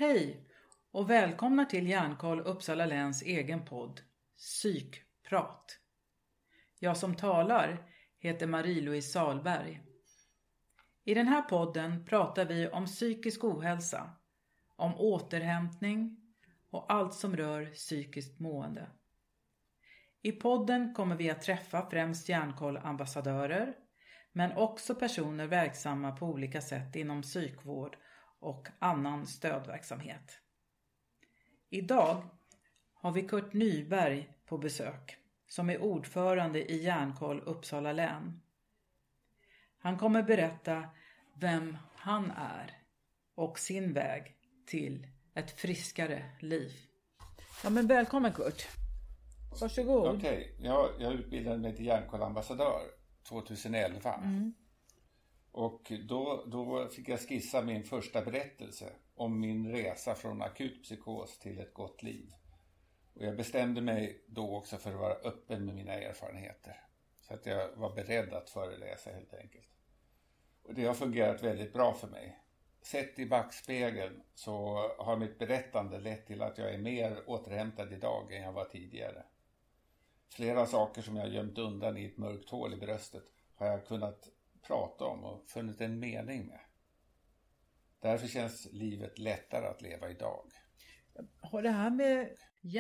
Hej och välkomna till Hjärnkoll Uppsala läns egen podd Psykprat. Jag som talar heter Marie-Louise Salberg. I den här podden pratar vi om psykisk ohälsa, om återhämtning och allt som rör psykiskt mående. I podden kommer vi att träffa främst Hjärnkoll-ambassadörer, men också personer verksamma på olika sätt inom psykvård och annan stödverksamhet. Idag har vi Kurt Nyberg på besök som är ordförande i Hjärnkoll Uppsala län. Han kommer berätta vem han är och sin väg till ett friskare liv. Ja, men välkommen Kurt. Varsågod. Okej, jag utbildade mig till Hjärnkoll-ambassadör 2011. Och då fick jag skissa min första berättelse om min resa från akut psykos till ett gott liv. Och jag bestämde mig då också för att vara öppen med mina erfarenheter. Så att jag var beredd att föreläsa helt enkelt. Och det har fungerat väldigt bra för mig. Sett i backspegeln så har mitt berättande lett till att jag är mer återhämtad idag än jag var tidigare. Flera saker som jag gömt undan i ett mörkt hål i bröstet har jag kunnat prata om och funnit en mening med. Därför känns livet lättare att leva idag. Har det här med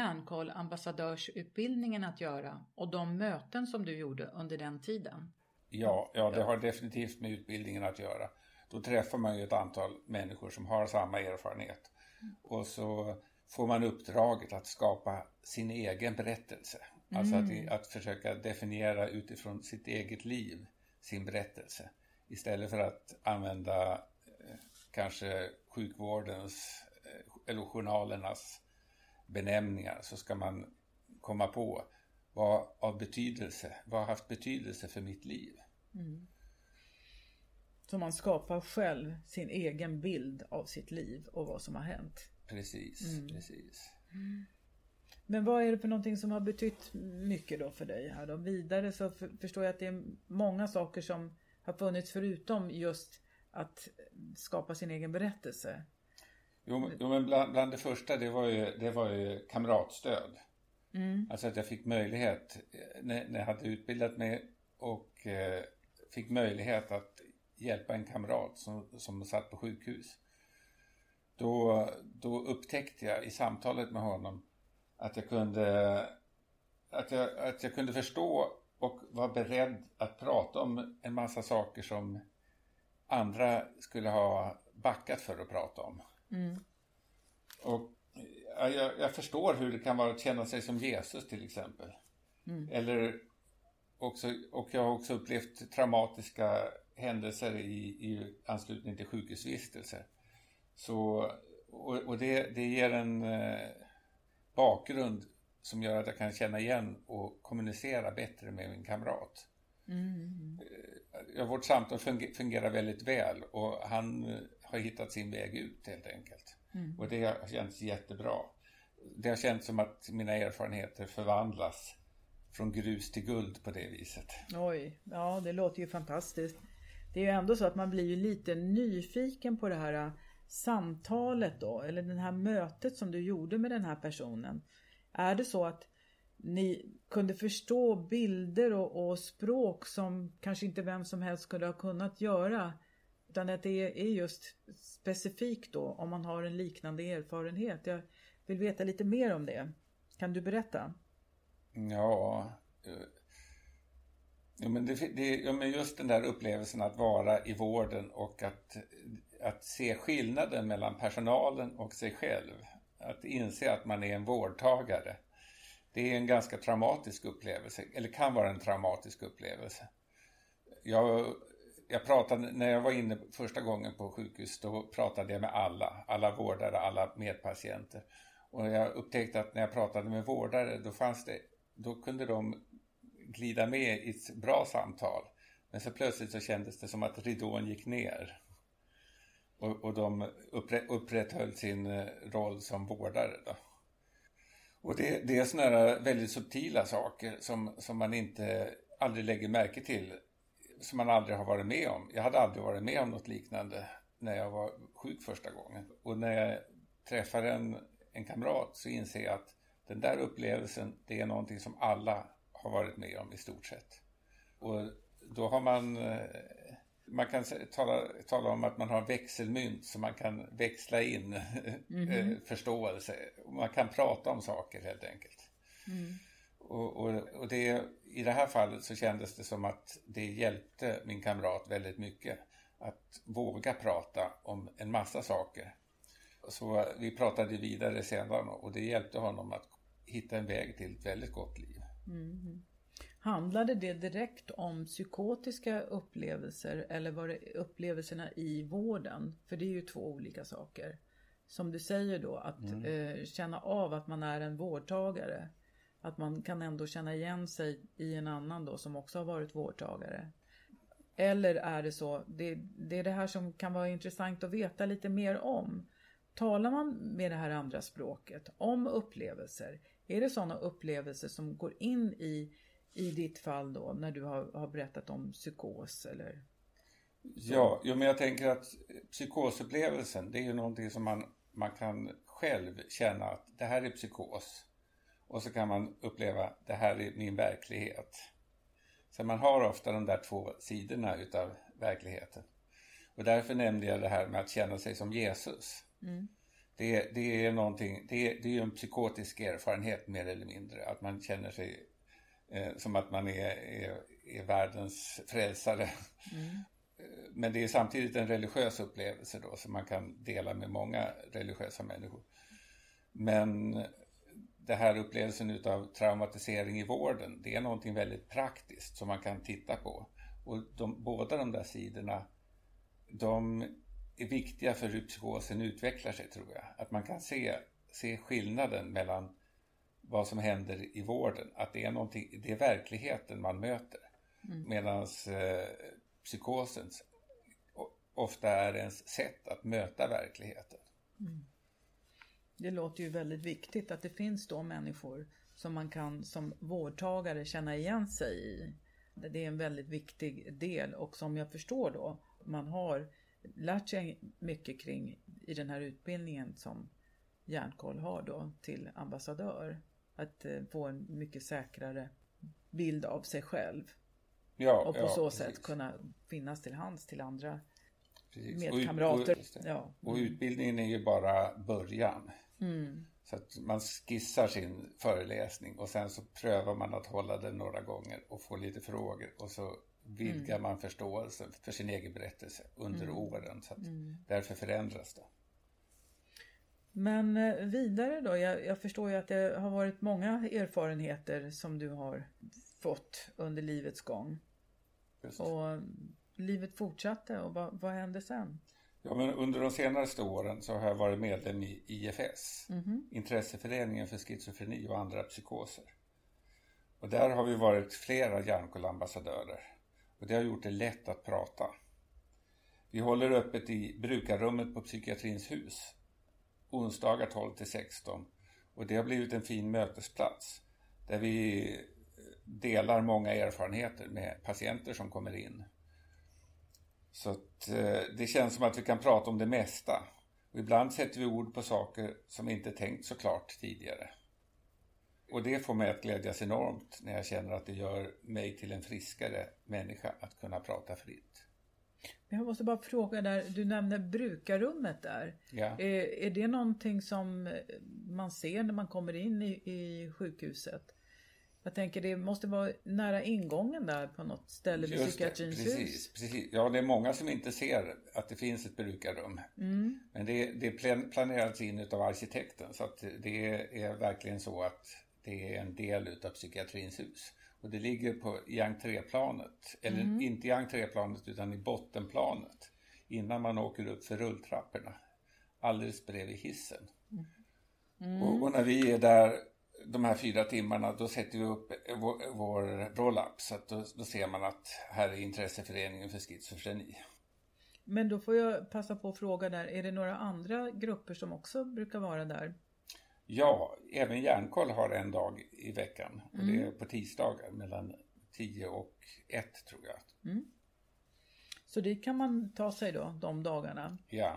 Hjärnkoll-ambassadörsutbildningen att göra och de möten som du gjorde under den tiden? Ja, det har definitivt med utbildningen att göra. Då träffar man ju ett antal människor som har samma erfarenhet. Och så får man uppdraget att skapa sin egen berättelse. Alltså att försöka definiera utifrån sitt eget liv sin berättelse. Istället för att använda kanske sjukvårdens eller journalernas benämningar, så ska man komma på vad har haft betydelse för mitt liv. Så man skapar själv sin egen bild av sitt liv och vad som har hänt. Precis. Men vad är det för någonting som har betytt mycket då för dig här då? Vidare så förstår jag att det är många saker som har funnits förutom just att skapa sin egen berättelse. Jo men bland det första det var ju kamratstöd. Alltså att jag fick möjlighet när jag hade utbildat mig och fick möjlighet att hjälpa en kamrat som satt på sjukhus. Då upptäckte jag i samtalet med honom att jag kunde förstå och vara beredd att prata om en massa saker som andra skulle ha backat för att prata om. Och jag förstår hur det kan vara att känna sig som Jesus till exempel. Och jag har också upplevt traumatiska händelser i anslutning till sjukhusvistelser. Och det ger en bakgrund som gör att jag kan känna igen och kommunicera bättre med min kamrat. Vårt samtal fungerar väldigt väl och han har hittat sin väg ut helt enkelt. Och det har känts jättebra. Det har känts som att mina erfarenheter förvandlas från grus till guld på det viset. Oj, ja det låter ju fantastiskt. Det är ju ändå så att man blir ju lite nyfiken på det här samtalet då, eller det här mötet som du gjorde med den här personen. Är det så att ni kunde förstå bilder och språk som kanske inte vem som helst skulle ha kunnat göra, utan att det är just specifikt då om man har en liknande erfarenhet? Jag vill veta lite mer om det. Kan du berätta? Ja, men men just den där upplevelsen att vara i vården och att se skillnaden mellan personalen och sig själv. Att inse att man är en vårdtagare. Det är en ganska traumatisk upplevelse, eller kan vara en traumatisk upplevelse. Jag pratade, när jag var inne första gången på sjukhus, då pratade jag med alla vårdare, alla medpatienter. Och jag upptäckte att när jag pratade med vårdare, då kunde de glida med i ett bra samtal. Men så plötsligt så kändes det som att ridån gick ner. Och de upprätthöll sin roll som vårdare då. Och det är såna här väldigt subtila saker som man aldrig lägger märke till, som man aldrig har varit med om. Jag hade aldrig varit med om något liknande när jag var sjuk första gången. Och när jag träffar en kamrat så inser jag att den där upplevelsen, det är någonting som alla har varit med om i stort sett. Och då har man kan tala om att man har växelmynt så man kan växla in förståelse. Man kan prata om saker helt enkelt. Och det, i det här fallet så kändes det som att det hjälpte min kamrat väldigt mycket att våga prata om en massa saker. Så vi pratade vidare senare och det hjälpte honom att hitta en väg till ett väldigt gott liv. Handlade det direkt om psykotiska upplevelser eller var det upplevelserna i vården? För det är ju två olika saker. Som du säger då, att känna av att man är en vårdtagare. Att man kan ändå känna igen sig i en annan då som också har varit vårdtagare. Eller är det så, det är det här som kan vara intressant att veta lite mer om. Talar man med det här andra språket om upplevelser? Är det sådana upplevelser som går in i ditt fall då när du har berättat om psykos eller? Ja, men jag tänker att psykosupplevelsen, det är ju någonting som man kan själv känna att det här är psykos. Och så kan man uppleva det här är min verklighet. Så man har ofta de där två sidorna utav verkligheten. Och därför nämnde jag det här med att känna sig som Jesus. Det är någonting, det är ju en psykotisk erfarenhet mer eller mindre. Att man känner sig som att man är världens frälsare. Men det är samtidigt en religiös upplevelse då som man kan dela med många religiösa människor. Men det här upplevelsen utav traumatisering i vården, det är någonting väldigt praktiskt som man kan titta på. Och båda de där sidorna, de är viktiga för hur psykosen utvecklar sig, tror jag. Att man kan se skillnaden mellan vad som händer i vården. Att det är verkligheten man möter. Medan psykosen ofta är ens sätt att möta verkligheten. Det låter ju väldigt viktigt att det finns då människor som man kan som vårdtagare känna igen sig i. Det är en väldigt viktig del och som jag förstår då man har lärt sig mycket kring i den här utbildningen som Hjärnkoll har då till ambassadör. Att få en mycket säkrare bild av sig själv. Och på så sätt kunna finnas till hands till andra medkamrater. Och utbildningen är ju bara början. Så att man skissar sin föreläsning och sen så prövar man att hålla den några gånger och få lite frågor och så vidgar man förståelsen för sin egen berättelse under åren. Så att därför förändras det. Men vidare då, jag förstår ju att det har varit många erfarenheter som du har fått under livets gång. Just. Och livet fortsatte och vad hände sen? Ja, men under de senaste åren så har jag varit medlem i IFS, Intresseföreningen för schizofreni och andra psykoser. Och där har vi varit flera Hjärnkoll-ambassadörer och det har gjort det lätt att prata. Vi håller öppet i brukarrummet på Psykiatrins hus, onsdagar 12-16 och det har blivit en fin mötesplats där vi delar många erfarenheter med patienter som kommer in. Så att, det känns som att vi kan prata om det mesta. Och ibland sätter vi ord på saker som inte tänkt så klart tidigare. Och det får mig att glädjas enormt när jag känner att det gör mig till en friskare människa att kunna prata fritt. Jag måste bara fråga där, du nämnde brukarrummet där. Ja. Är det någonting som man ser när man kommer in i sjukhuset? Jag tänker det måste vara nära ingången där på något ställe vid Psykiatrins hus. Precis. Ja, det är många som inte ser att det finns ett brukarrum. Men det planerats in av arkitekten så att det är verkligen så att det är en del av Psykiatrins hus. Och det ligger i entréplanet, eller inte i entréplanet utan i bottenplanet innan man åker upp för rulltrapporna. Alldeles bredvid hissen. Och när vi är där de här 4 timmarna, då sätter vi upp vår roll-up så att då ser man att här är Intresseföreningen för schizofreni. Men då får jag passa på att fråga där, är det några andra grupper som också brukar vara där? Ja, även Hjärnkoll har en dag i veckan och det är på tisdagar mellan 10 och 1 tror jag. Så det kan man ta sig då, de dagarna? Ja.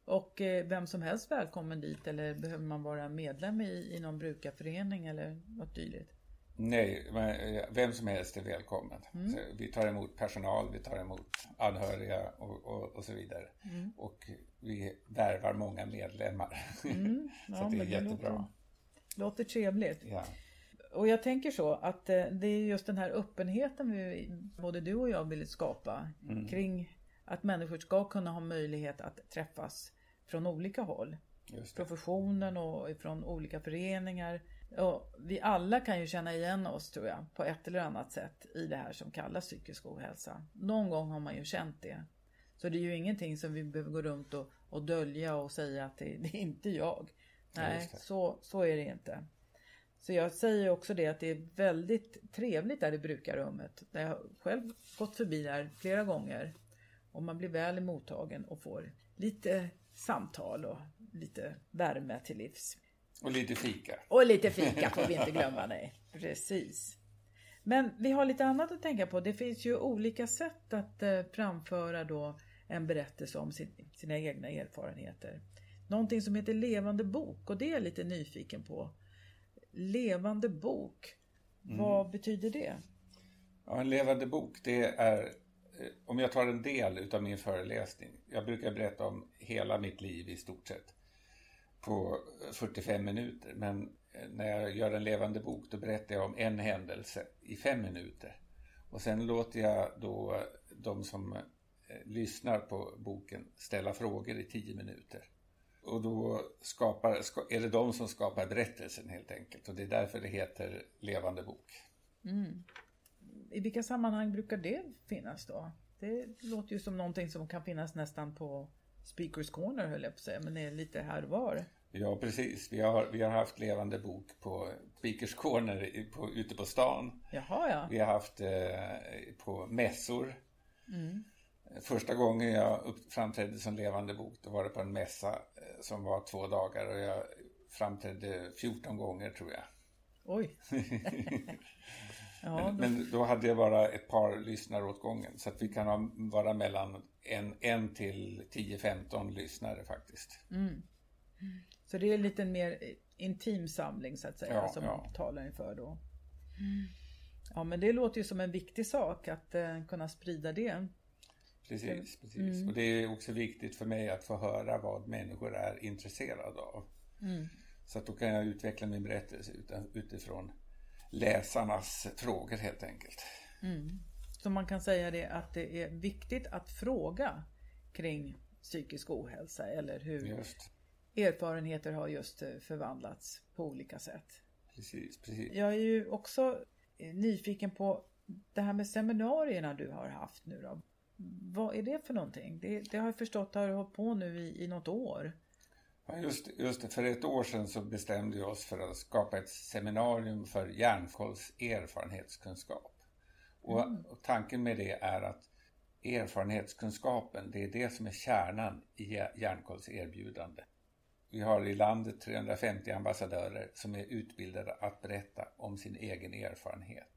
Och vem som helst välkommen dit, eller behöver man vara medlem i någon brukarförening eller något dylikt? Nej, men vem som helst är välkommen. Så vi tar emot personal, vi tar emot anhöriga och så vidare. Och vi värvar många medlemmar. Ja, så det är jättebra. Låter trevligt. Ja. Och jag tänker så att det är just den här öppenheten både du och jag vill skapa kring att människor ska kunna ha möjlighet att träffas från olika håll. Professionen och från olika föreningar. Och vi alla kan ju känna igen oss, tror jag, på ett eller annat sätt i det här som kallas psykisk ohälsa. Någon gång har man ju känt det. Så det är ju ingenting som vi behöver gå runt och dölja och säga att det är inte jag. Nej, så är det inte. Så jag säger också det att det är väldigt trevligt där i brukarrummet. Där jag själv gått förbi där flera gånger. Och man blir väl mottagen och får lite samtal och lite värme till livs. Och lite fika. Och lite fika får vi inte glömma, nej. Precis. Men vi har lite annat att tänka på. Det finns ju olika sätt att framföra då en berättelse om sina egna erfarenheter. Någonting som heter levande bok, och det är jag lite nyfiken på. Levande bok, vad betyder det? Ja, en levande bok, det är, om jag tar en del utav min föreläsning. Jag brukar berätta om hela mitt liv i stort sett på 45 minuter. Men när jag gör en levande bok, då berättar jag om en händelse i 5 minuter. Och sen låter jag då de som lyssnar på boken ställa frågor i 10 minuter. Och då är det de som skapar berättelsen helt enkelt. Och det är därför det heter levande bok. I vilka sammanhang brukar det finnas då? Det låter ju som någonting som kan finnas nästan på Speakers Corner, höll jag på att säga. Men det är lite här var. Ja, precis. Vi har haft levande bok på Speakers Corner ute på stan. Jaha, ja. Vi har haft på mässor. Första gången jag framträdde som levande bok, då var det på en mässa som var 2 dagar. Och jag framträdde 14 gånger, tror jag. Oj. Ja, men då hade jag bara ett par lyssnare åt gången. Så att vi kan vara mellan en till 10-15 lyssnare faktiskt. Så det är en lite mer intim samling så att säga, som man talar inför då. Ja, men det låter ju som en viktig sak att kunna sprida det. Precis. Och det är också viktigt för mig att få höra vad människor är intresserade av. Så att då kan jag utveckla min berättelse utifrån läsarnas frågor helt enkelt. Så man kan säga det att det är viktigt att fråga kring psykisk ohälsa, eller hur erfarenheter har just förvandlats på olika sätt. Precis. Jag är ju också nyfiken på det här med seminarierna du har haft nu då. Vad är det för någonting? Det har jag förstått har du hållit på nu i något år. Ja, just det. För 1 år sedan så bestämde vi oss för att skapa ett seminarium för Hjärnkolls erfarenhetskunskap. Och tanken med det är att erfarenhetskunskapen, det är det som är kärnan i Hjärnkolls erbjudande. Vi har i landet 350 ambassadörer som är utbildade att berätta om sin egen erfarenhet.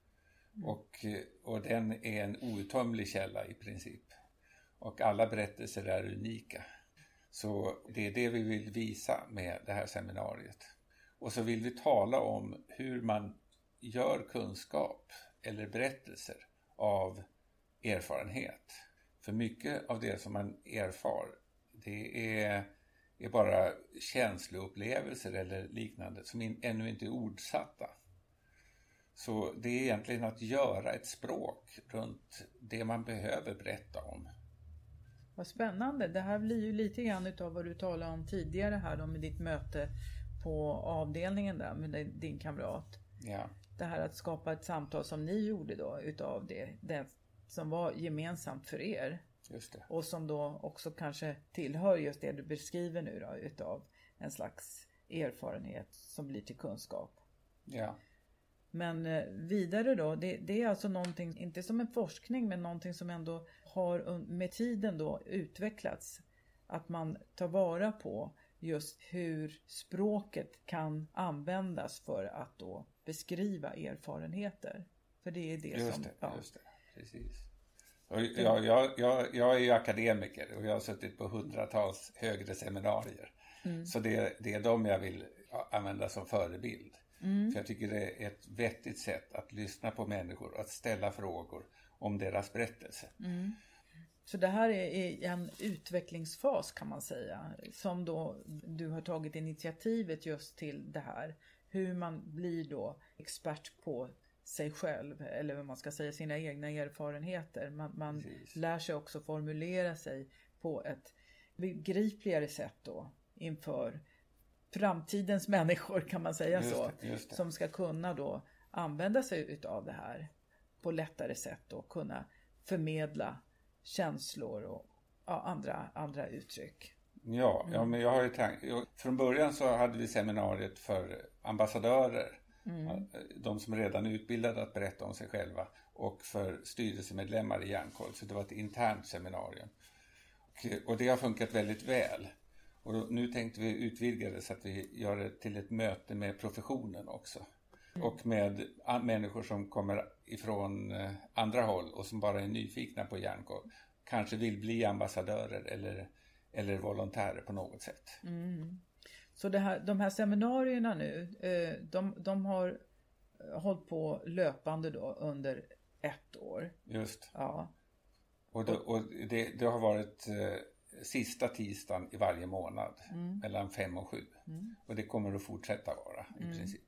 Och den är en outtömlig källa i princip. Och alla berättelser är unika. Så det är det vi vill visa med det här seminariet. Och så vill vi tala om hur man gör kunskap eller berättelser av erfarenhet. För mycket av det som man erfar, det är bara känsloupplevelser eller liknande som ännu inte är ordsatta. Så det är egentligen att göra ett språk runt det man behöver berätta om. Vad spännande. Det här blir ju lite grann utav vad du talade om tidigare här då med ditt möte på avdelningen där med din kamrat. Ja. Det här att skapa ett samtal som ni gjorde då utav det som var gemensamt för er. Just det. Och som då också kanske tillhör just det du beskriver nu då utav en slags erfarenhet som blir till kunskap. Ja. Men vidare då, det är alltså någonting, inte som en forskning, men någonting som ändå har med tiden då utvecklats. Att man tar vara på just hur språket kan användas för att då beskriva erfarenheter. För det är det just som... Det, ja. just det, precis. Och jag är ju akademiker och jag har suttit på hundratals högre seminarier. Så det är dem jag vill använda som förebild. För jag tycker det är ett vettigt sätt att lyssna på människor och att ställa frågor om deras berättelse. Så det här är en utvecklingsfas kan man säga, som då du har tagit initiativet just till det här. Hur man blir då expert på sig själv, eller vad man ska säga, sina egna erfarenheter. Man lär sig också formulera sig på ett begripligare sätt då inför framtidens människor, kan man säga just det. Som ska kunna då använda sig utav det här på lättare sätt och kunna förmedla känslor och andra uttryck. Ja, men jag har ju från början så hade vi seminariet för ambassadörer, de som redan är utbildade att berätta om sig själva, och för styrelsemedlemmar i Hjärnkoll, så det var ett internt seminarium. Och det har funkat väldigt väl. Och nu tänkte vi utvidga det så att vi gör det till ett möte med professionen också. Och med människor som kommer ifrån andra håll och som bara är nyfikna på Hjärnkoll. Kanske vill bli ambassadörer eller volontärer på något sätt. Så de här seminarierna nu, de har hållit på löpande då under 1 år. Just. Ja. Och det har varit sista tisdagen i varje månad, mellan 5 och 7. Och det kommer att fortsätta vara i princip.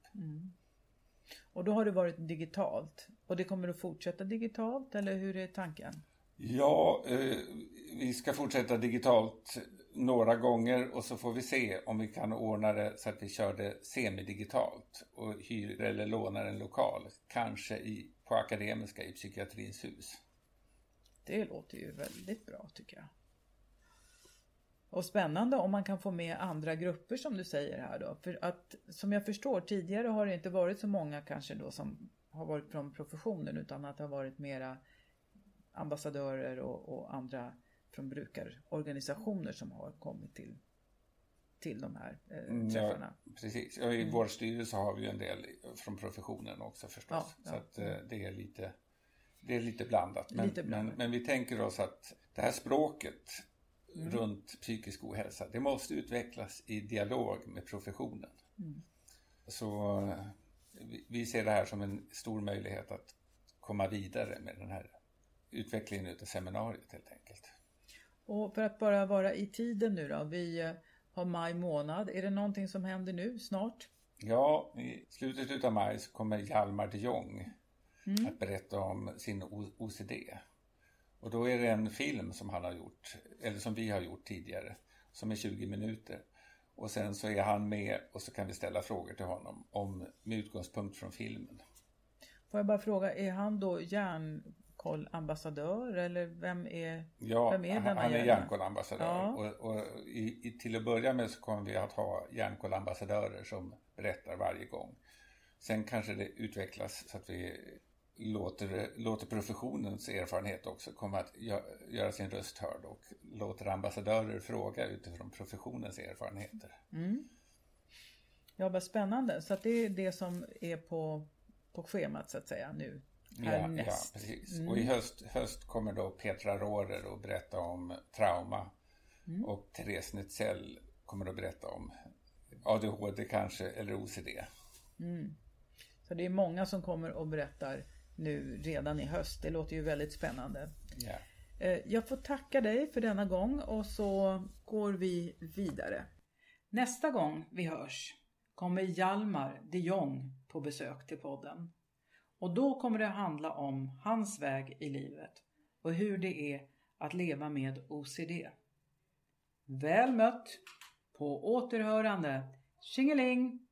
Och då har det varit digitalt. Och det kommer att fortsätta digitalt, eller hur är tanken? Ja, vi ska fortsätta digitalt några gånger och så får vi se om vi kan ordna det så att vi kör det semidigitalt och hyr eller lånar en lokal, kanske på Akademiska i Psykiatrins hus. Det låter ju väldigt bra, tycker jag. Och spännande om man kan få med andra grupper, som du säger här då. För att, som jag förstår, tidigare har det inte varit så många kanske då som har varit från professionen, utan att det har varit mera ambassadörer och andra från brukarorganisationer som har kommit till de här träffarna. Ja, precis. Och i vår styrelse har vi ju en del från professionen också förstås. Ja. Så att det är lite blandat. Men vi tänker oss att det här språket runt psykisk ohälsa, det måste utvecklas i dialog med professionen. Så vi ser det här som en stor möjlighet att komma vidare med den här utvecklingen utav seminariet helt enkelt. Och för att bara vara i tiden nu då, vi har maj månad. Är det någonting som händer nu snart? Ja, i slutet utav maj så kommer Hjalmar de Jong att berätta om sin OCD. Och då är det en film som han har gjort, eller som vi har gjort tidigare, som är 20 minuter. Och sen så är han med och så kan vi ställa frågor till honom med utgångspunkt från filmen. Får jag bara fråga, är han då Hjärnkoll-ambassadör eller vem är denna han är Hjärnkoll-ambassadör. Ja. Och till att börja med så kommer vi att ha Hjärnkoll-ambassadörer som berättar varje gång. Sen kanske det utvecklas så att vi låter professionens erfarenhet också komma att göra sin röst hörd och låter ambassadörer fråga utifrån professionens erfarenheter. Ja, vad spännande. Så att det är det som är på schemat så att säga nu. Ja, precis. Och i höst kommer då Petra Rohrer att berätta om trauma och Therese Netzell kommer att berätta om ADHD kanske eller OCD. Så det är många som kommer och berättar nu redan i höst. Det låter ju väldigt spännande. Yeah. Jag får tacka dig för denna gång och så går vi vidare. Nästa gång vi hörs kommer Hjalmar de Jong på besök till podden. Och då kommer det handla om hans väg i livet och hur det är att leva med OCD. Väl mött, på återhörande. Tjingeling!